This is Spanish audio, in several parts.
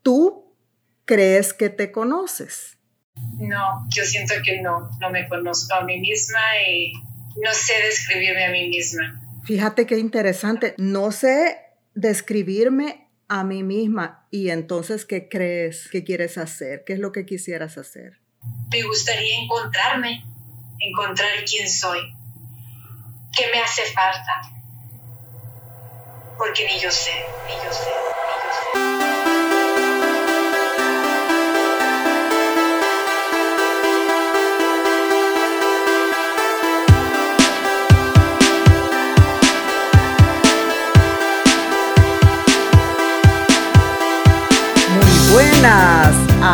tú crees que te conoces. No, yo siento que no me conozco a mí misma y no sé describirme a mí misma. Fíjate qué interesante, no sé describirme a mí misma. Y entonces, ¿qué crees que quieres hacer? ¿Qué es lo que quisieras hacer? Me gustaría encontrar quién soy, qué me hace falta, porque ni yo sé. Buenas,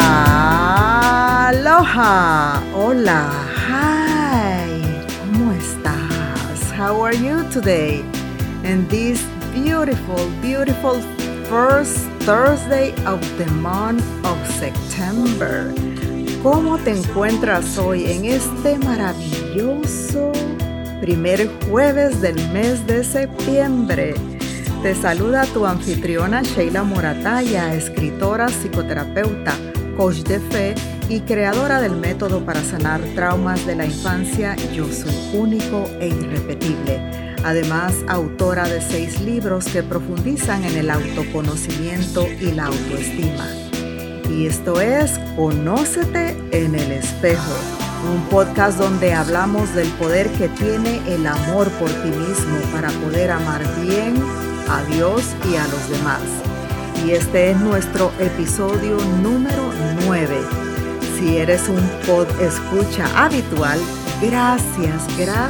aloha, hola, hi, ¿cómo estás? How are you today? In this beautiful first Thursday of the month of September. ¿Cómo te encuentras hoy en este maravilloso primer jueves del mes de septiembre? Te saluda tu anfitriona Sheila Morataya, escritora, psicoterapeuta, coach de fe y creadora del método para sanar traumas de la infancia Yo Soy Único e Irrepetible. Además, autora de 6 libros que profundizan en el autoconocimiento y la autoestima. Y esto es Conócete en el Espejo, un podcast donde hablamos del poder que tiene el amor por ti mismo para poder amar bien a Dios y a los demás. Y este es nuestro episodio número 9. Si eres un escucha habitual, gracias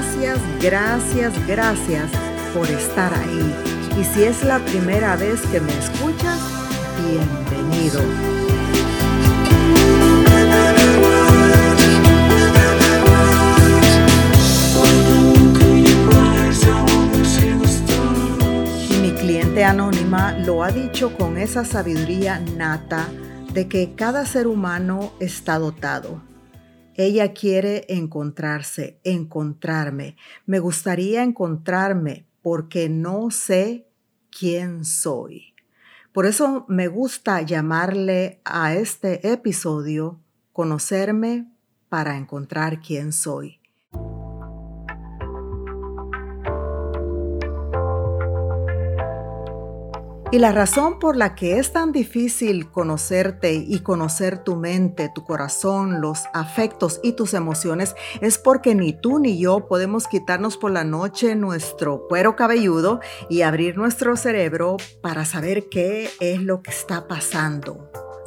por estar ahí. Y si es la primera vez que me escuchas, bienvenido. Anónima lo ha dicho con esa sabiduría nata de que cada ser humano está dotado. Ella quiere encontrarme. Me gustaría encontrarme porque no sé quién soy. Por eso me gusta llamarle a este episodio Conocerme para encontrar quién soy. Y la razón por la que es tan difícil conocerte y conocer tu mente, tu corazón, los afectos y tus emociones es porque ni tú ni yo podemos quitarnos por la noche nuestro cuero cabelludo y abrir nuestro cerebro para saber qué es lo que está pasando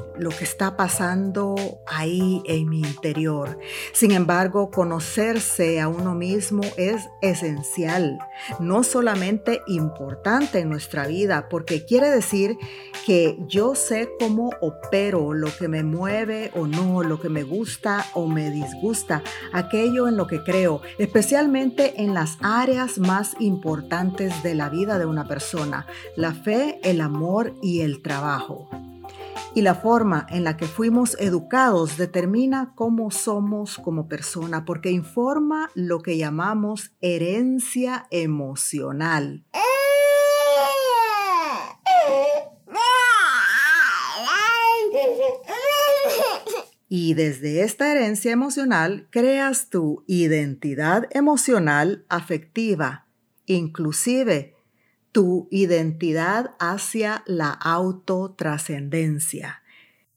ahí en mi interior. Sin embargo, conocerse a uno mismo es esencial, no solamente importante en nuestra vida, porque quiere decir que yo sé cómo opero, lo que me mueve o no, lo que me gusta o me disgusta, aquello en lo que creo, especialmente en las áreas más importantes de la vida de una persona: la fe, el amor y el trabajo. Y la forma en la que fuimos educados determina cómo somos como persona, porque informa lo que llamamos herencia emocional. Y desde esta herencia emocional creas tu identidad emocional afectiva, inclusive tu identidad hacia la autotrascendencia.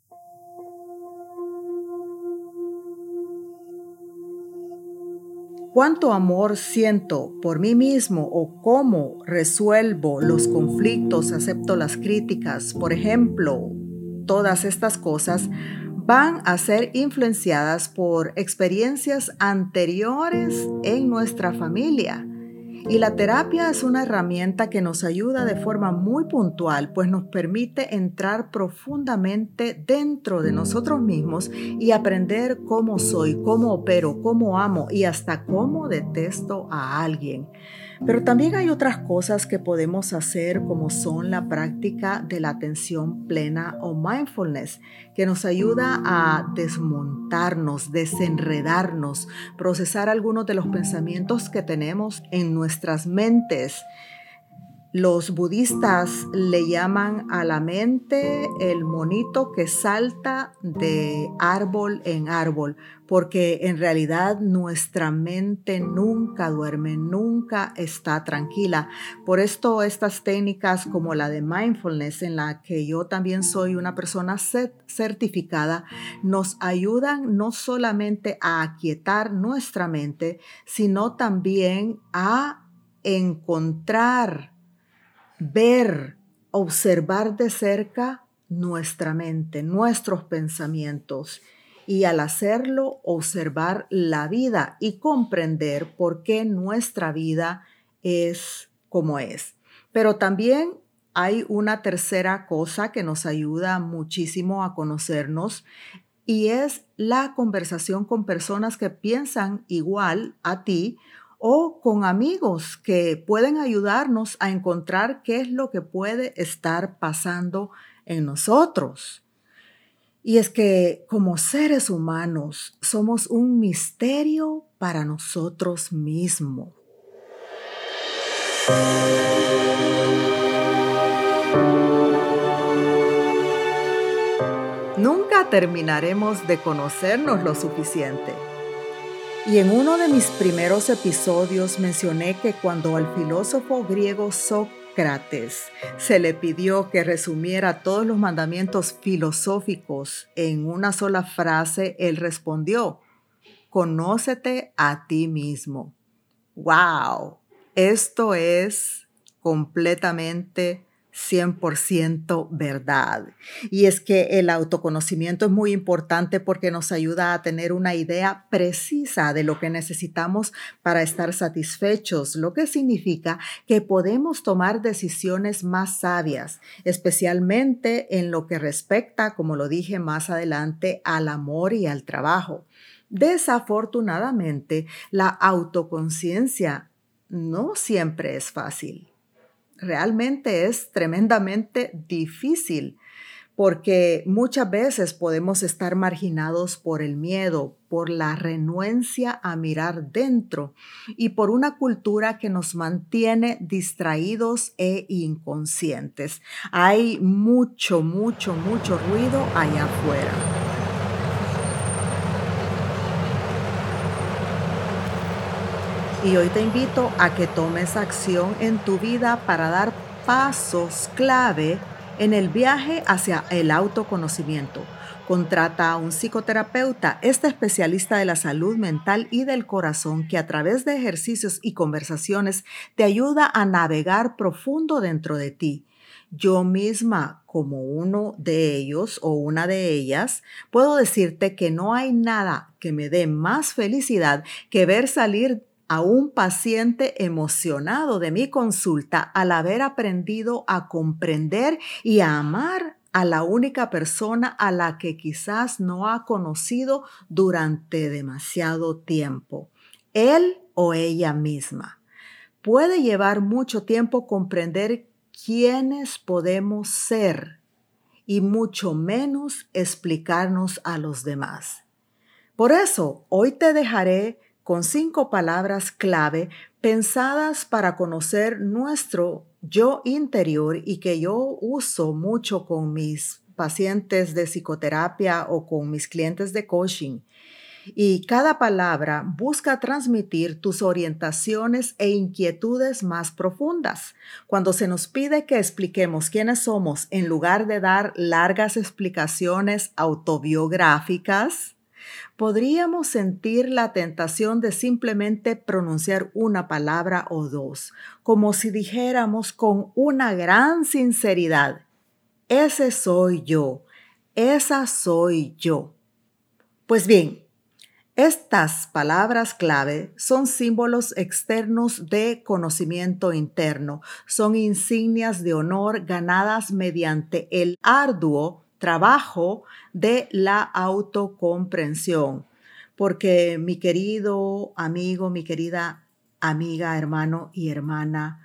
¿Cuánto amor siento por mí mismo o cómo resuelvo los conflictos, acepto las críticas? Por ejemplo, todas estas cosas van a ser influenciadas por experiencias anteriores en nuestra familia. Y la terapia es una herramienta que nos ayuda de forma muy puntual, pues nos permite entrar profundamente dentro de nosotros mismos y aprender cómo soy, cómo opero, cómo amo y hasta cómo detesto a alguien. Pero también hay otras cosas que podemos hacer, como son la práctica de la atención plena o mindfulness, que nos ayuda a desmontarnos, desenredarnos, procesar algunos de los pensamientos que tenemos en nuestras mentes. Los budistas le llaman a la mente el monito que salta de árbol en árbol, porque en realidad nuestra mente nunca duerme, nunca está tranquila. Por esto estas técnicas como la de mindfulness, en la que yo también soy una persona certificada, nos ayudan no solamente a aquietar nuestra mente, sino también a encontrar, ver, observar de cerca nuestra mente, nuestros pensamientos, y al hacerlo observar la vida y comprender por qué nuestra vida es como es. Pero también hay una tercera cosa que nos ayuda muchísimo a conocernos, y es la conversación con personas que piensan igual a ti o con amigos que pueden ayudarnos a encontrar qué es lo que puede estar pasando en nosotros. Y es que como seres humanos somos un misterio para nosotros mismos. Nunca terminaremos de conocernos lo suficiente. Y en uno de mis primeros episodios mencioné que cuando al filósofo griego Sócrates se le pidió que resumiera todos los mandamientos filosóficos en una sola frase, él respondió: conócete a ti mismo. ¡Wow! Esto es completamente 100% verdad. Y es que el autoconocimiento es muy importante porque nos ayuda a tener una idea precisa de lo que necesitamos para estar satisfechos, lo que significa que podemos tomar decisiones más sabias, especialmente en lo que respecta, como lo dije más adelante, al amor y al trabajo. Desafortunadamente, la autoconciencia no siempre es fácil. Realmente es tremendamente difícil porque muchas veces podemos estar marginados por el miedo, por la renuencia a mirar dentro y por una cultura que nos mantiene distraídos e inconscientes. Hay mucho ruido allá afuera. Y hoy te invito a que tomes acción en tu vida para dar pasos clave en el viaje hacia el autoconocimiento. Contrata a un psicoterapeuta, este especialista de la salud mental y del corazón, que a través de ejercicios y conversaciones te ayuda a navegar profundo dentro de ti. Yo misma, como uno de ellos o una de ellas, puedo decirte que no hay nada que me dé más felicidad que ver salir a un paciente emocionado de mi consulta al haber aprendido a comprender y a amar a la única persona a la que quizás no ha conocido durante demasiado tiempo, él o ella misma. Puede llevar mucho tiempo comprender quiénes podemos ser y mucho menos explicarnos a los demás. Por eso, hoy te dejaré con 5 palabras clave pensadas para conocer nuestro yo interior y que yo uso mucho con mis pacientes de psicoterapia o con mis clientes de coaching. Y cada palabra busca transmitir tus orientaciones e inquietudes más profundas. Cuando se nos pide que expliquemos quiénes somos en lugar de dar largas explicaciones autobiográficas, podríamos sentir la tentación de simplemente pronunciar una palabra o dos, como si dijéramos con una gran sinceridad: ese soy yo, esa soy yo. Pues bien, estas palabras clave son símbolos externos de conocimiento interno, son insignias de honor ganadas mediante el arduo trabajo de la autocomprensión. Porque mi querido amigo, mi querida amiga, hermano y hermana,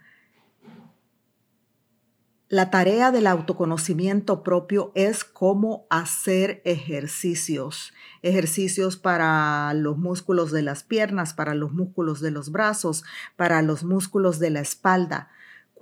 la tarea del autoconocimiento propio es como hacer ejercicios para los músculos de las piernas, para los músculos de los brazos, para los músculos de la espalda.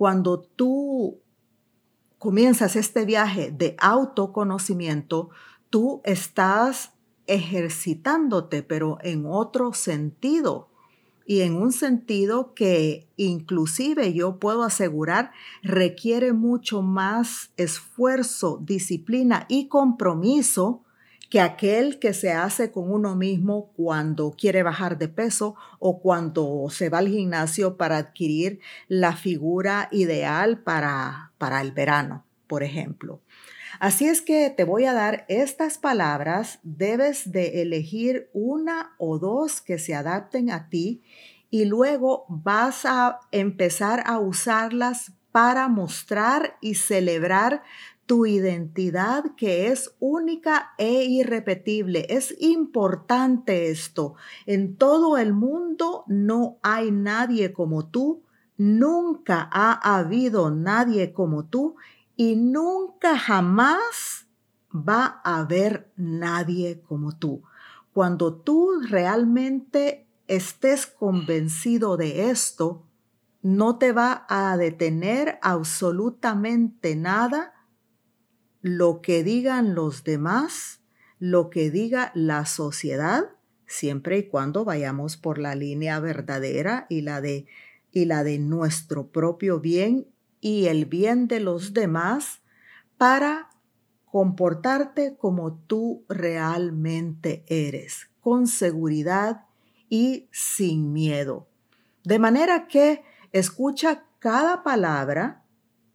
cuando tú comienzas este viaje de autoconocimiento, tú estás ejercitándote, pero en otro sentido. Y en un sentido que inclusive yo puedo asegurar requiere mucho más esfuerzo, disciplina y compromiso que aquel que se hace con uno mismo cuando quiere bajar de peso o cuando se va al gimnasio para adquirir la figura ideal para el verano, por ejemplo. Así es que te voy a dar estas palabras, debes de elegir una o dos que se adapten a ti y luego vas a empezar a usarlas para mostrar y celebrar tu identidad, que es única e irrepetible. Es importante esto. En todo el mundo no hay nadie como tú, nunca ha habido nadie como tú y nunca jamás va a haber nadie como tú. Cuando tú realmente estés convencido de esto, no te va a detener absolutamente nada lo que digan los demás, lo que diga la sociedad, siempre y cuando vayamos por la línea verdadera y la de nuestro propio bien y el bien de los demás, para comportarte como tú realmente eres, con seguridad y sin miedo. De manera que escucha cada palabra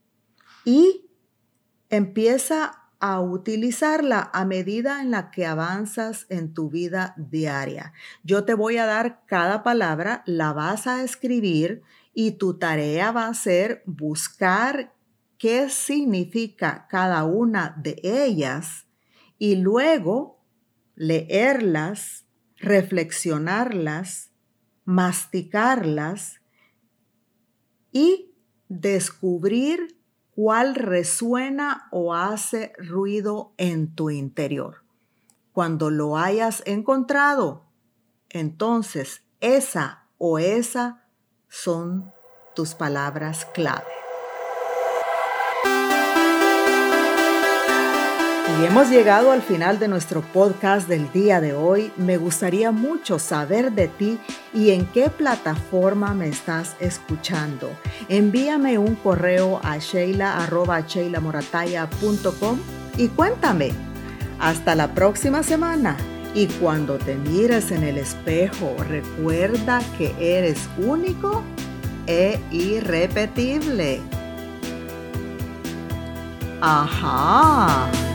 y empieza a utilizarla a medida en la que avanzas en tu vida diaria. Yo te voy a dar cada palabra, la vas a escribir y tu tarea va a ser buscar qué significa cada una de ellas y luego leerlas, reflexionarlas, masticarlas y descubrir cuál resuena o hace ruido en tu interior. Cuando lo hayas encontrado, entonces esa o esa son tus palabras clave. Y hemos llegado al final de nuestro podcast del día de hoy. Me gustaría mucho saber de ti y en qué plataforma me estás escuchando. Envíame un correo a sheila@sheilamorataya.com y cuéntame. Hasta la próxima semana. Y cuando te mires en el espejo, recuerda que eres único e irrepetible. ¡Ajá!